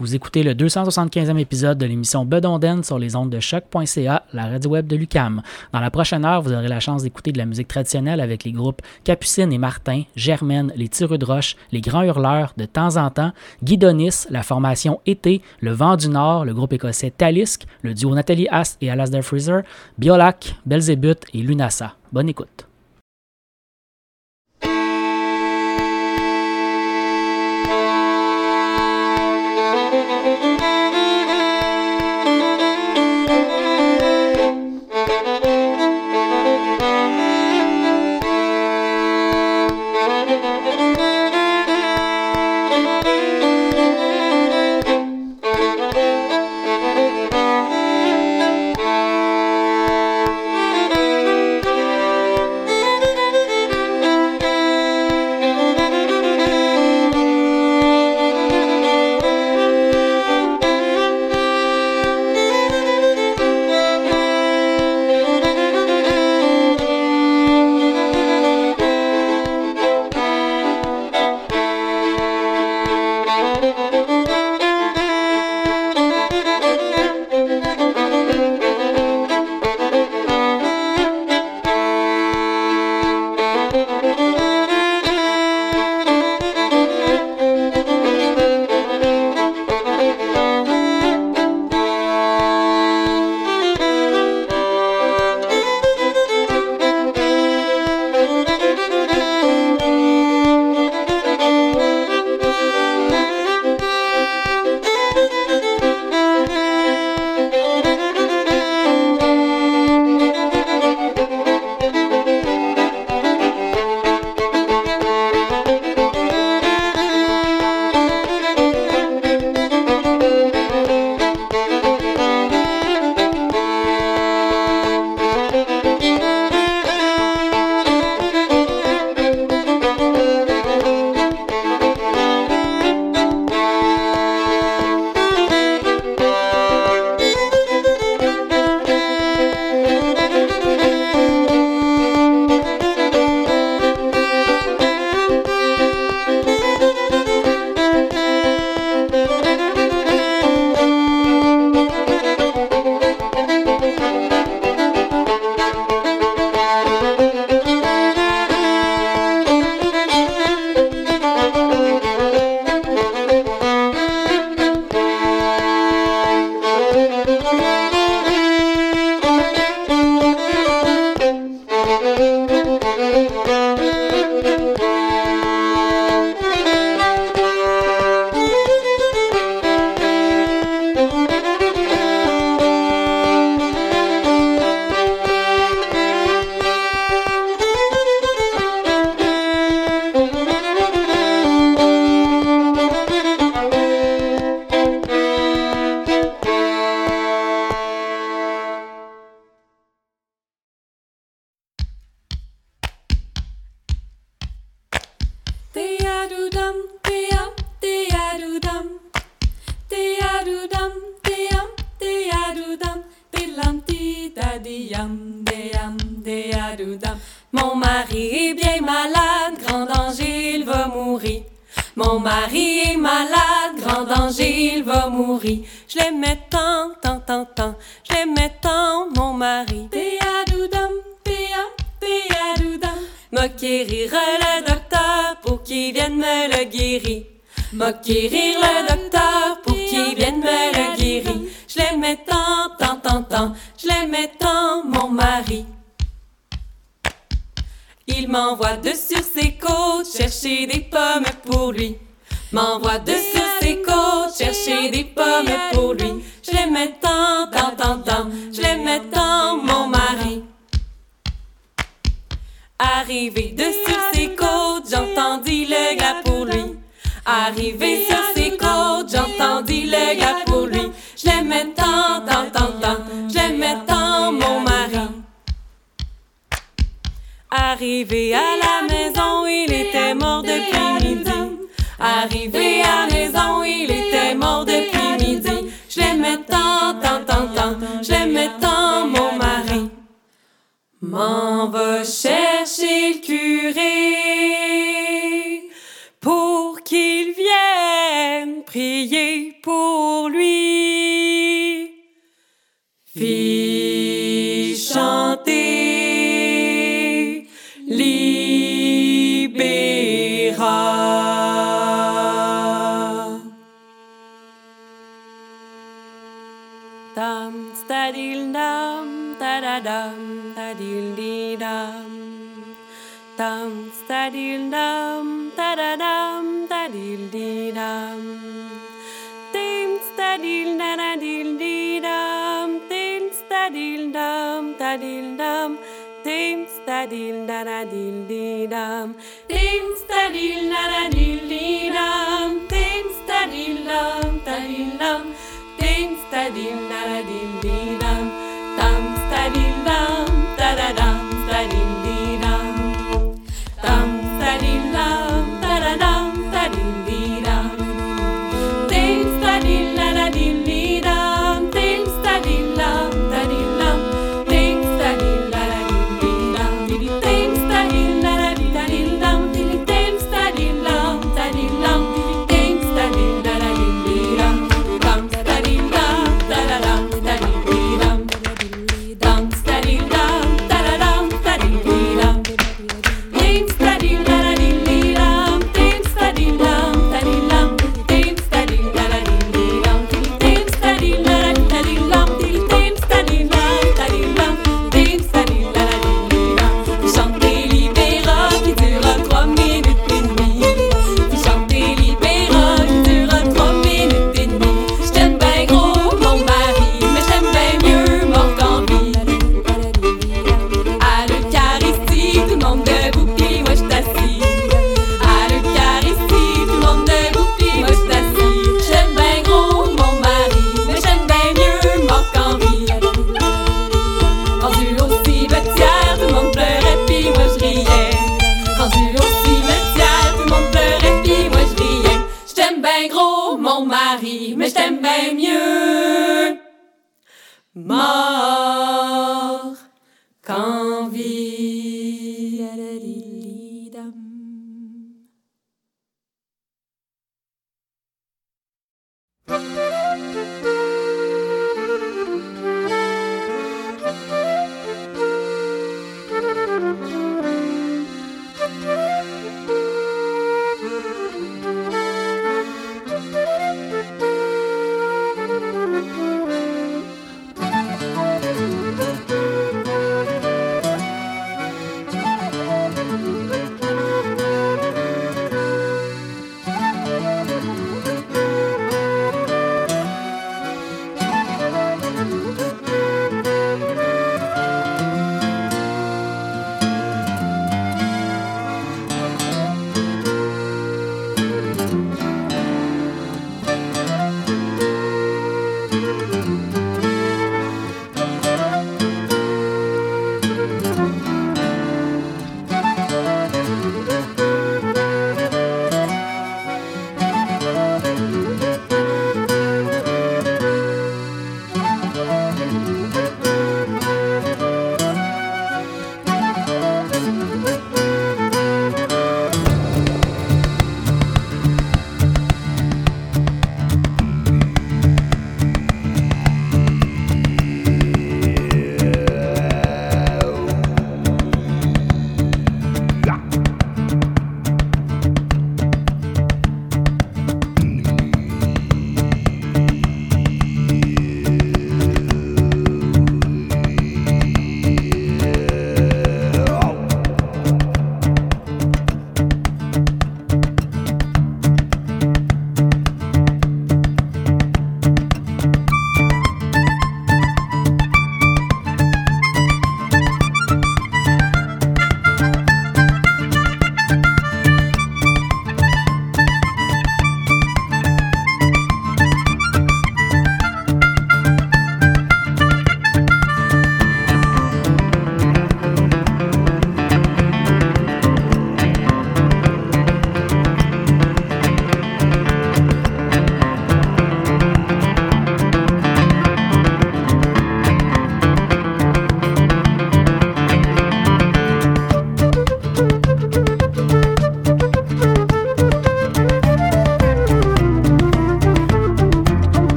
Vous écoutez le 275e épisode de l'émission Bedonden sur les ondes de choc.ca, la radio web de l'UQAM. Dans la prochaine heure, vous aurez la chance d'écouter de la musique traditionnelle avec les groupes Capucine et Martin, Germaine, les Tireux de Roche, les Grands Hurleurs, de temps en temps, Guidonis, la formation Été, le Vent du Nord, le groupe écossais Talisk, le duo Nathalie Ast et Alasdair Fraser, Biolac, Belzébuth et Lunasa. Bonne écoute. Mon mari est bien malade, grand danger, il va mourir. Mon mari est malade, grand danger, il va mourir. Je l'aimais tant, tant, tant, tant, je l'aimais tant, mon mari. Péadoudam, péa, péadoudam. M'a guérir le docteur pour qu'il vienne me le guérir. M'a guérir le docteur pour qu'il vienne me le guérir. Je l'aimais tant, tant, tant, tant, je l'aimais tant, mon mari. Il m'envoie de sur ses côtes chercher des pommes pour lui. M'envoie de sur ses côtes chercher des pommes pour lui. Je l'aimais tant, tant, tant, tant, je l'aimais tant, mon mari. Arrivé de sur ses côtes, j'entendis le glas pour lui. Arrivé sur ses côtes, j'entendis le glas pour lui. Je l'aimais tant, tant, tant, tant, je l'aimais tant, mon mari. Arrivé à la maison, il était mort depuis midi. Arrivé à la maison, il était mort depuis midi. Je l'aimais tant, tant, tant, tant, je l'aimais tant, mon mari. M'en va chercher le curé pour qu'il vienne prier pour pour lui. Fille chanter libéra. Dam stadil dam tadadam tadil didam. Dam stadil dam tadadam tadil didam. Dim stadil dadadil didam. Dim stadil dam tadil dam. Dim stadil dadadil didam. Dim stadil dadadil didam. Dim stadil dam tadil dam. Dim stadil dadadil didam. Dam stadil dam tadadam stadil didam. Dam stadil dam tadadam stadil didam. Dim stadil dadadil didam. Dim stadil dam tadil dam. Dim stadil dadadil didam. Dim stadil dadadil dam. Dim stadil dam tadil dam. Dim stadil dadadil didam. Dam stadil dam tadadam stadil didam. Dam stadil dam tadadam stadil didam. Dim stadil dadadil didam. Dim stadil dam tadil dam. Dim stadil dadadil didam. Dim stadil dadadil dam. Dim stadil dam tadil dam. Dim stadil dadadil didam. Chanter Libéra qui dura 3 minutes et demie. Chanter Libéra qui dura 3 minutes et demie. J't'aime ben gros mon mari, mais j't'aime ben mieux mort qu'en vie. À l'Eucharistie, tout le monde debout pis moi j't'assis. À l'Eucharistie, tout le monde debout pis moi j't'assis. J'aime ben gros mon mari, mais j'aime ben mieux mort qu'en vie. Rendu au cimetière, tout le monde pleurait pis moi j'riais. Rendu au cimetière, tout le monde pleurait pis moi j'riais. J't'aime ben gros mon mari, mais j't'aime ben mieux mort qu'en vie.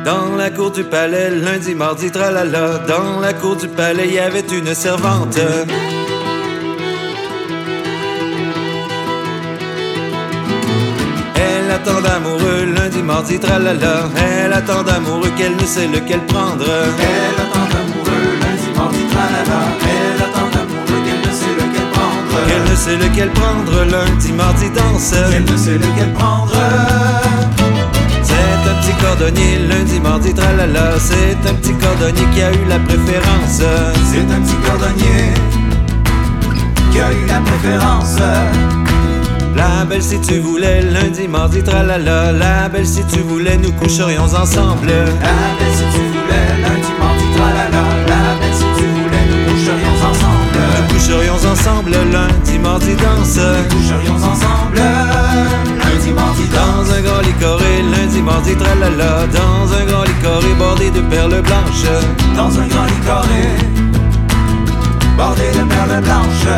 Dans la cour du palais, lundi, mardi, tralala. Dans la cour du palais, il y avait une servante. Elle attend d'amoureux, lundi, mardi, tralala. Elle attend d'amoureux qu'elle ne sait lequel prendre. Elle attend d'amoureux, lundi, mardi, tralala. Elle attend d'amoureux qu'elle ne sait lequel prendre. Qu'elle ne sait lequel prendre, lundi, mardi, danse. Qu'elle ne sait lequel prendre. C'est un petit cordonnier, lundi, mardi, tralala. C'est un petit cordonnier qui a eu la préférence. C'est un petit cordonnier qui a eu la préférence. La belle si tu voulais, lundi, mardi, tralala. La belle si tu voulais, nous coucherions ensemble. La belle si tu voulais, lundi, mardi, tralala. La belle si tu voulais, nous coucherions ensemble. Nous coucherions ensemble, lundi, mardi, danse. Nous coucherions ensemble, lundi, mardi, dans un grand lit carré, lundi, mardi, tralala. Dans un grand lit carré bordé de perles blanches. Dans un grand lit carré bordé de perles blanches.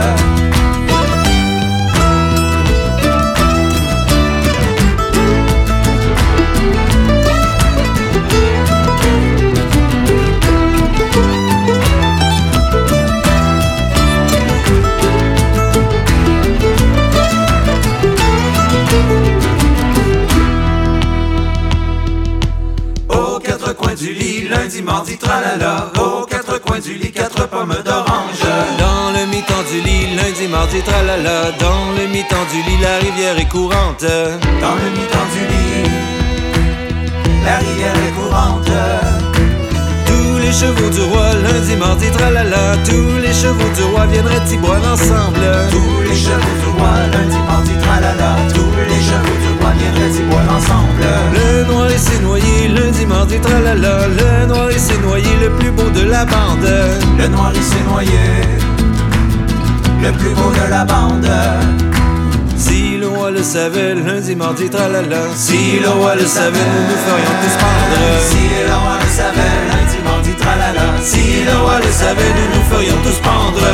Du lit, lundi, mardi, tralala. Aux quatre coins du lit, quatre pommes d'orange. Dans le mi-temps du lit, lundi, mardi, tralala. Dans le mi-temps du lit, la rivière est courante. Dans le mi-temps du lit, la rivière est courante. Tous les chevaux du roi, lundi, mardi, tralala. Tous les chevaux du roi viendraient y boire ensemble. Tous les chevaux du roi, lundi, mardi, tralala. Tous les chevaux du roi viendraient y boire ensemble. Le noir il s'est noyé, lundi, mardi, tralala. Le noir il s'est noyé, le plus beau de la bande. Le noir il s'est noyé, le plus beau de la bande. Si le roi le savait, lundi, mardi, tralala. Si le roi le savait, nous nous ferions tous pendre. Si le roi le savait, lundi, mardi, tralala. Si le roi le savait, nous nous ferions tous pendre.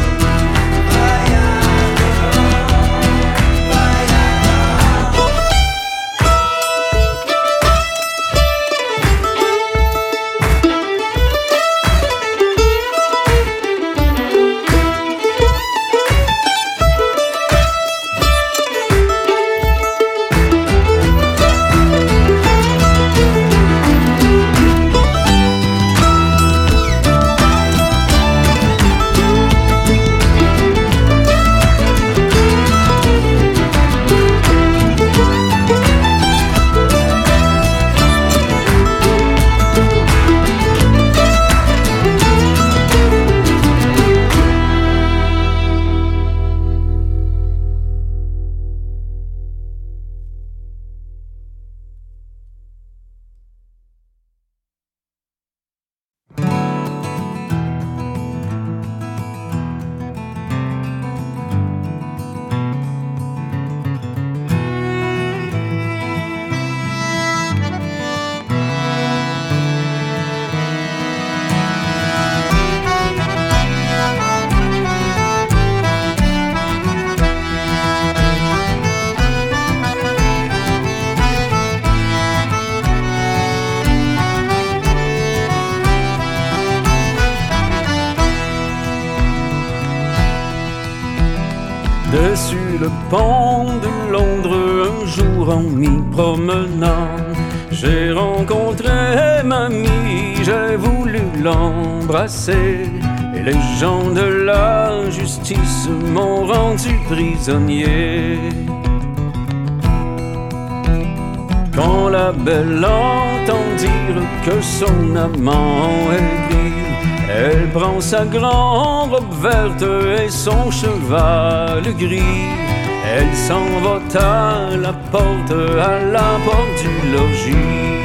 Dessus le pont de Londres, un jour en m'y promenant, j'ai rencontré mamie, j'ai voulu l'embrasser, et les gens de la justice m'ont rendu prisonnier. Quand la belle entend dire que son amant est gris, elle prend sa grande robe verte et son cheval gris. Elle s'en va à la porte du logis.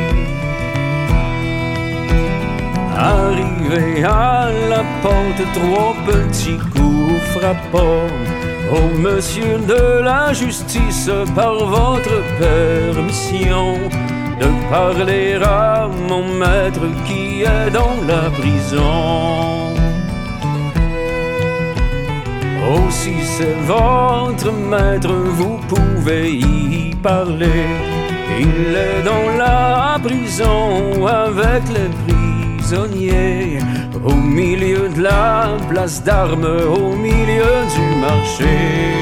Arrivé à la porte, trois petits coups frappants. Oh monsieur de la justice, par votre permission, de parler à mon maître qui est dans la prison. Oh, si c'est votre maître, vous pouvez y parler. Il est dans la prison avec les prisonniers, au milieu de la place d'armes, au milieu du marché.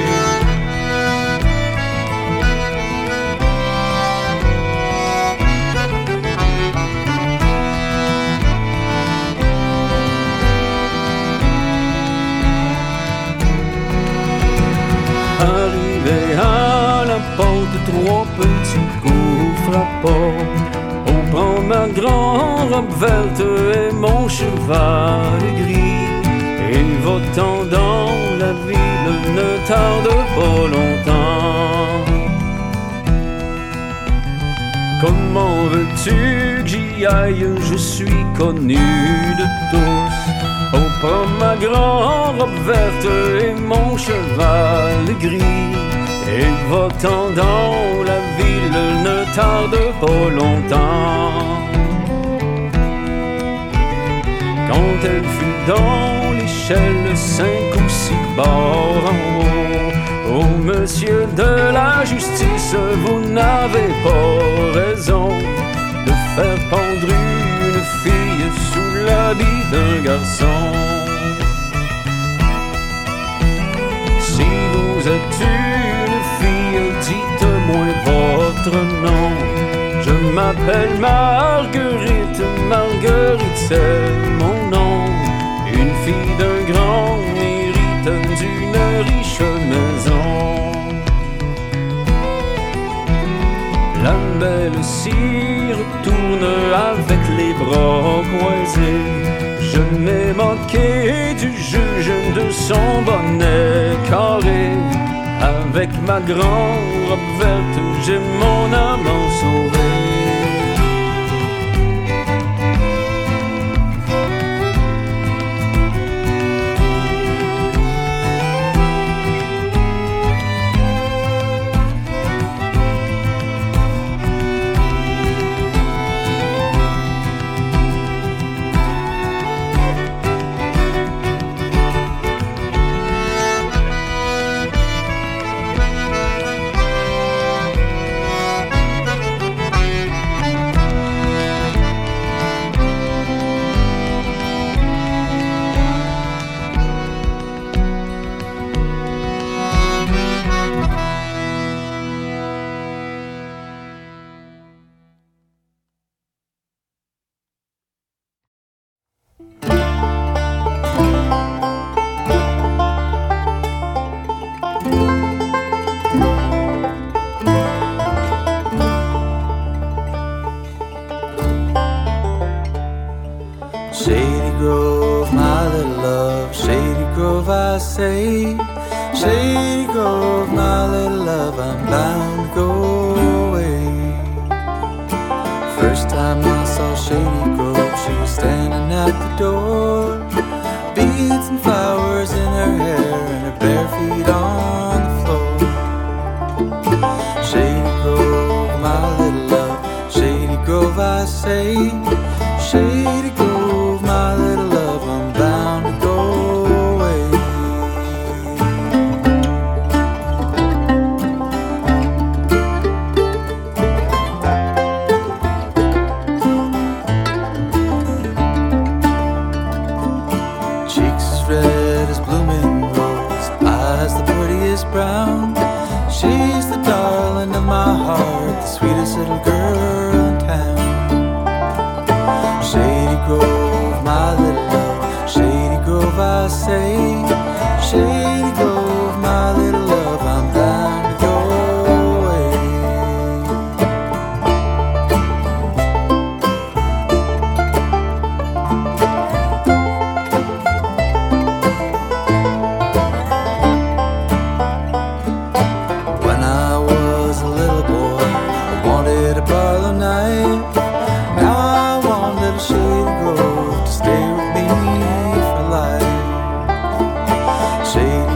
Arrivé à la porte, trois petits coups frappants. On prend ma grande robe verte et mon cheval gris, et va-t'en dans la ville, ne tarde pas longtemps. Comment veux-tu que j'y aille? Je suis connu de tous. On prend ma grande robe verte et mon cheval gris, et va-t'en dans la ville, ne tarde pas longtemps. Quand elle fut dans l'échelle, 5 ou 6 barres en haut, oh monsieur de la justice, vous n'avez pas raison de faire pendre une fille sous l'habit d'un garçon. Si vous êtes une fille, dites-moi votre nom. Je m'appelle Marguerite, Marguerite c'est mon nom. Une fille d'un grand mérite, d'une riche maison. La belle s'y retourne avec les bras croisés. Je m'ai moqué du juge, de son bonnet carré. Avec ma grande robe verte, j'ai mon amant sauvé. Shady Grove, my little love, Shady Grove, I say. Shady Grove, my little love, I'm bound to go away. First time I saw Shady Grove, she was standing at the door, beads and flowers in her hair and her bare feet on the floor. Shady Grove, my little love, Shady Grove, I say. Shady Grove, my little love, I'm bound to go away. Cheeks as red as blooming rose, eyes the prettiest brown. She's the darling of my heart, the sweetest little girl in town. Shady Grove, my little love, Shady Grove, I say. Shady Grove, my little love, I'm bound to go away. When I was a little boy, I wanted a parlor knife. Now I want little Shady Grove to stay with me for life. Shady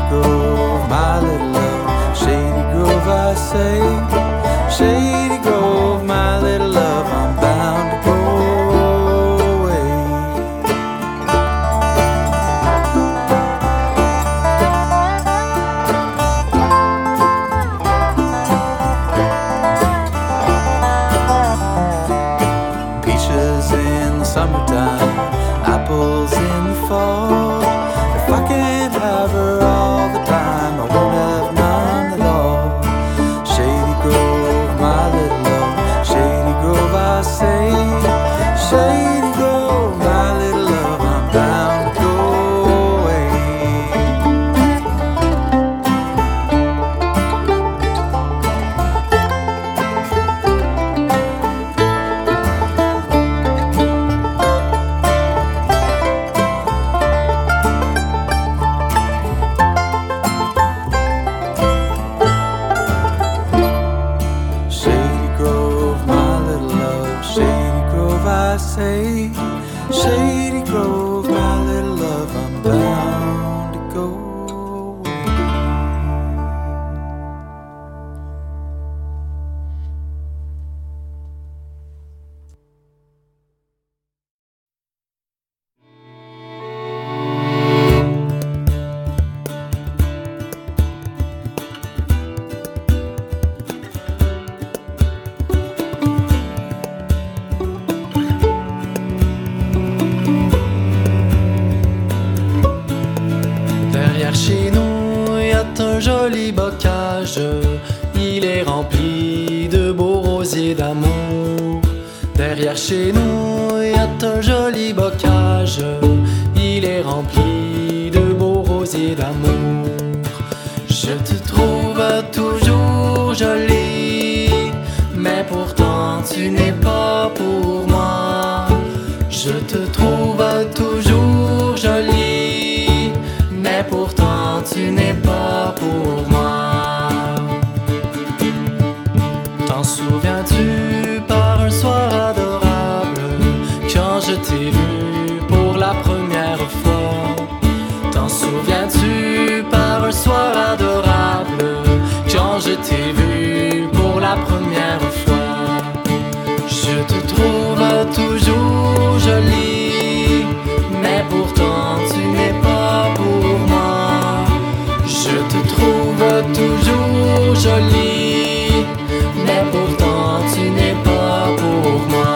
say. Shady Grove, my little love, I'm bound to go away. Chez nous, y a un joli bocage. Il est rempli de beaux rosiers d'amour. Derrière chez nous, y a un joli bocage. Il est rempli de beaux rosiers d'amour. Je te trouve toujours jolie, mais pourtant tu n'es pas pour moi. Je te trouve toujours jolie, mais pourtant tu n'es pas pour moi. T'en souviens-tu par un soir adorable, quand je t'ai vu pour la première fois? T'en souviens-tu par un soir adorable, quand je t'ai vu pour la première fois? Je te trouve toujours jolie, mais pourtant tu n'es pas pour moi. Je te trouve toujours jolie, mais pourtant tu n'es pas pour moi.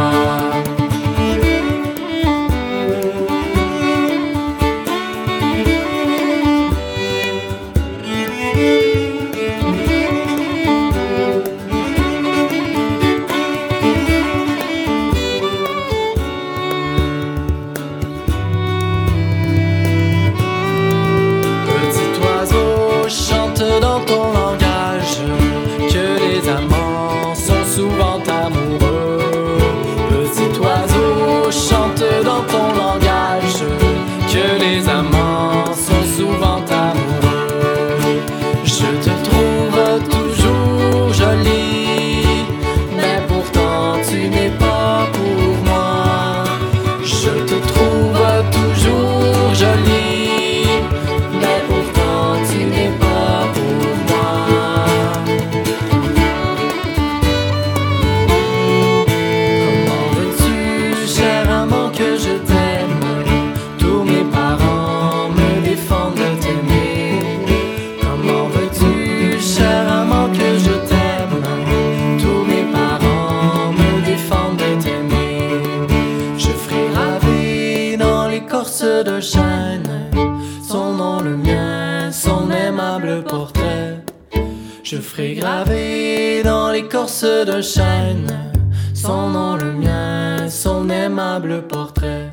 De chêne, son nom le mien, son aimable portrait. Je ferai graver dans l'écorce de chêne, son nom le mien, son aimable portrait.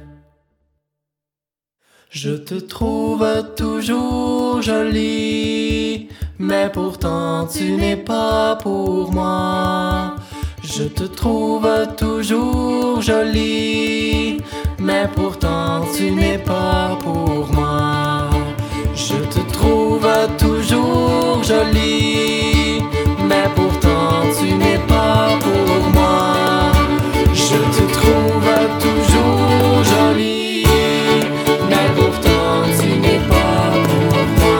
Je te trouve toujours jolie, mais pourtant tu n'es pas pour moi. Je te trouve toujours jolie, mais pourtant tu n'es pas pour moi. Je te trouve toujours jolie, mais pourtant tu n'es pas pour moi. Je te trouve toujours jolie, mais pourtant tu n'es pas pour moi.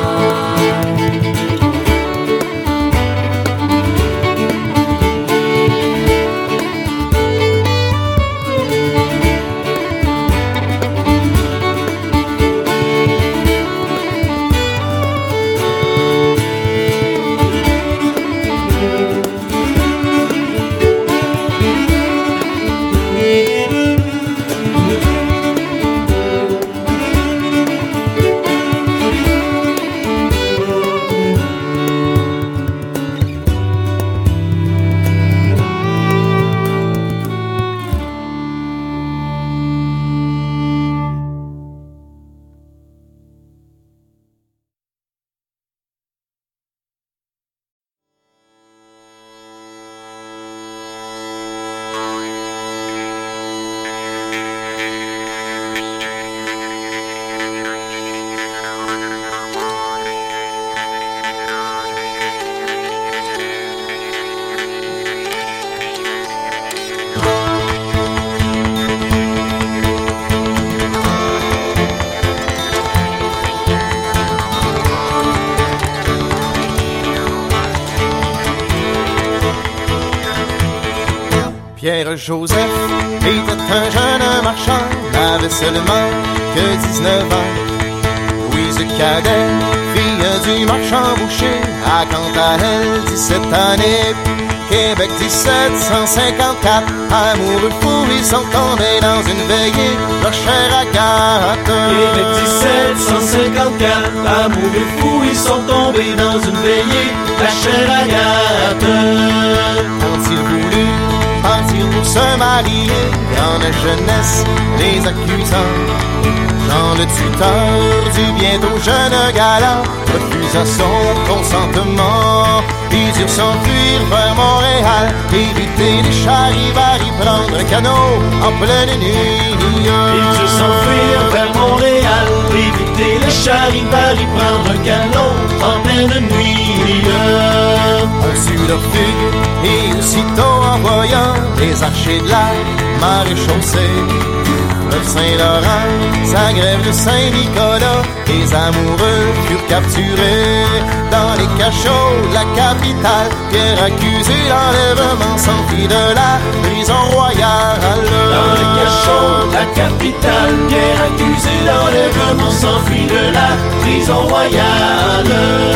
Pierre-Joseph était un jeune marchand, n'avait seulement que 19 ans. Louise Cadet, fille du marchand boucher, a quant à elle 17 années. Québec 1754, amoureux fous, ils sont tombés dans une veillée, leur chère Agathe. Québec 1754, amoureux fous, ils sont tombés dans une veillée, la chère Agathe. Ont-ils voulu partir pour se marier, en la jeunesse les accusant? Jean le tuteur du bientôt jeune galant refusa son consentement. Ils durent s'enfuir vers Montréal, éviter les charivaris, prendre un canot en pleine nuit. Ils durent s'enfuir vers Montréal, éviter les charivaris, prendre un canot en pleine nuit. On sut leur fugue et aussitôt en voyant les archers de la maréchaussée, le Saint-Laurent, sa grève de Saint-Nicolas, les amoureux furent capturés dans les cachots de la capitale. Pierre accusé d'enlèvement s'enfuit de la prison royale. Dans les cachots de la capitale, Pierre accusé d'enlèvement s'enfuit de la prison royale.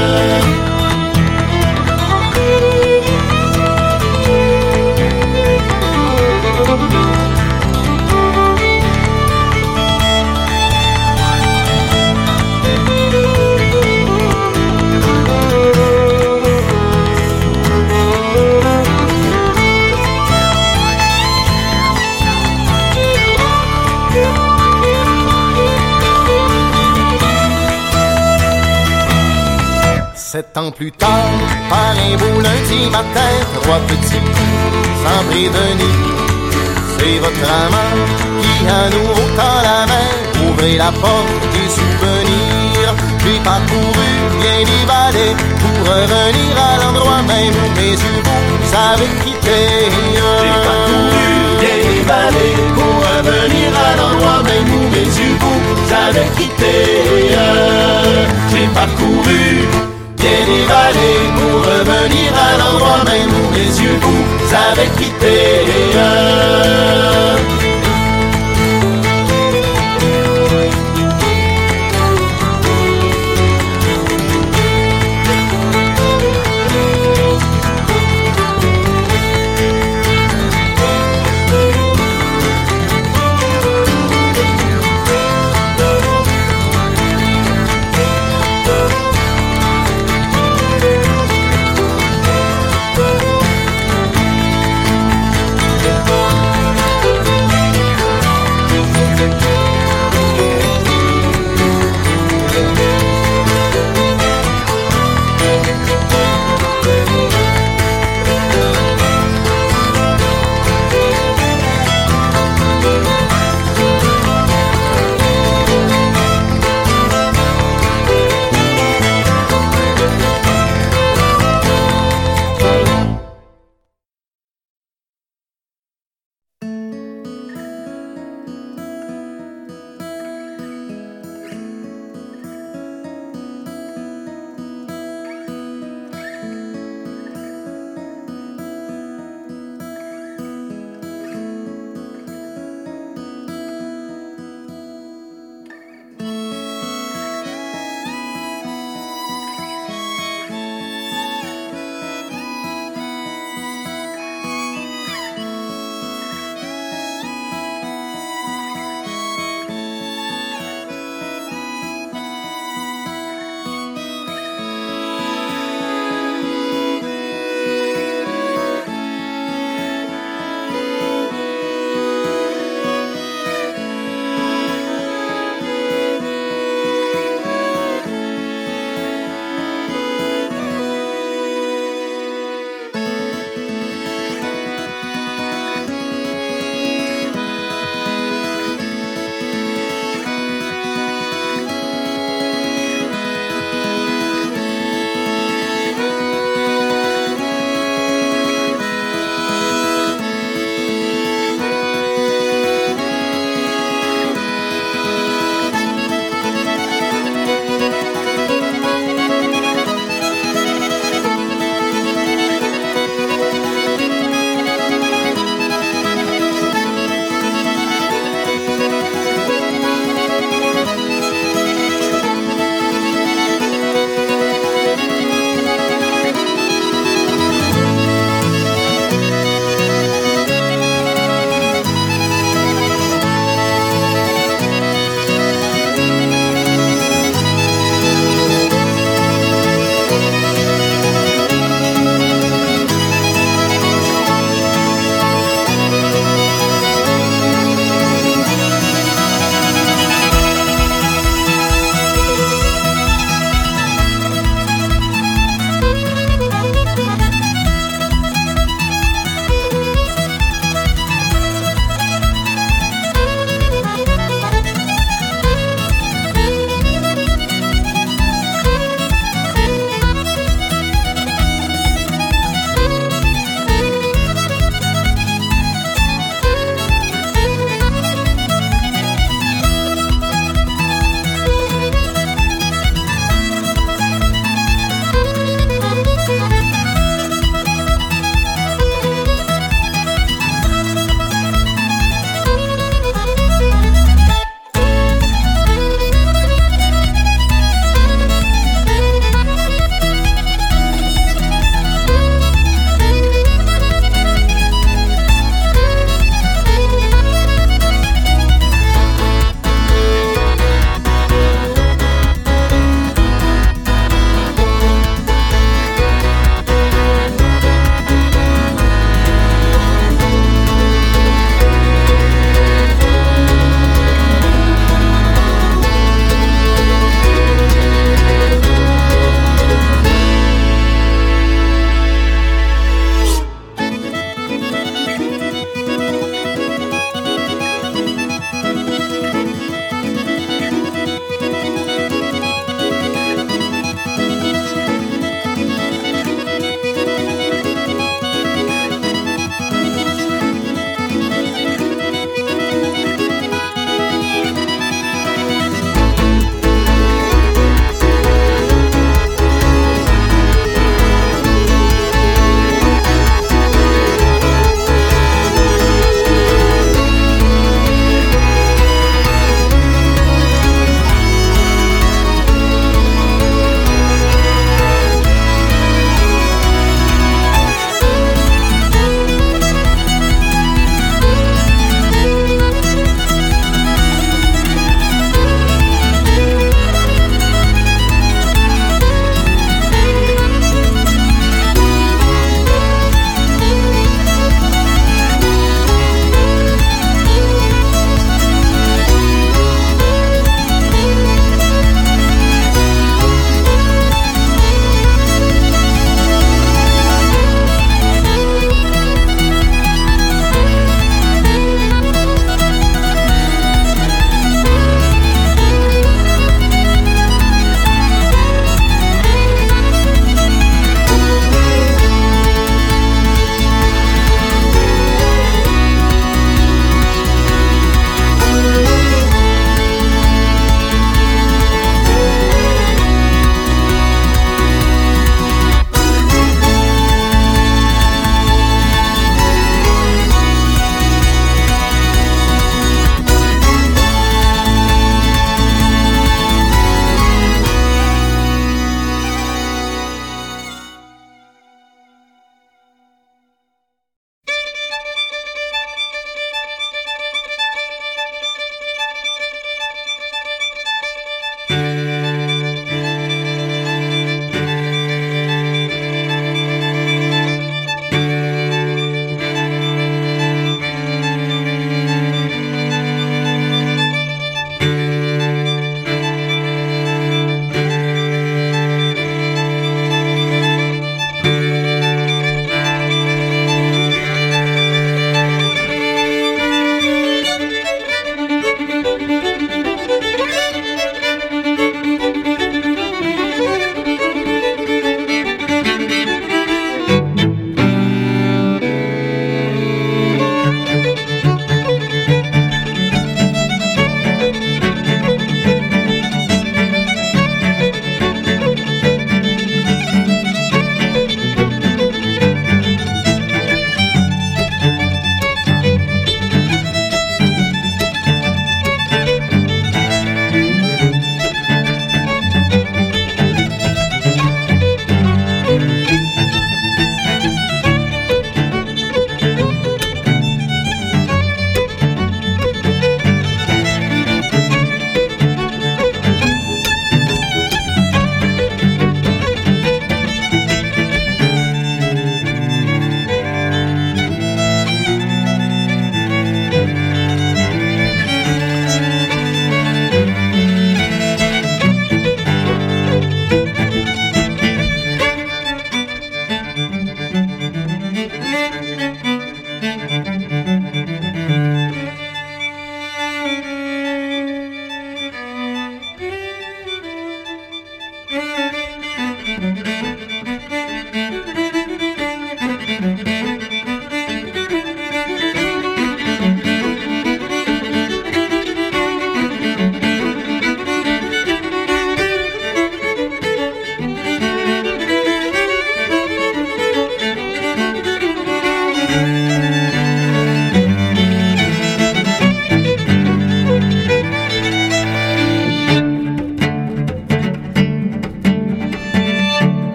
Sept ans plus tard, par un beau lundi matin, trois petits sans prévenir. C'est votre amant qui à nouveau tend la main, ouvrez la porte des souvenirs. J'ai parcouru bien des vallées pour revenir à l'endroit même où mes yeux vous avaient quitté. J'ai parcouru bien des vallées pour revenir à l'endroit même où mes yeux vous avaient quitté. J'ai parcouru bien des vallées pour revenir à l'endroit même où mes yeux vous avaient quitté.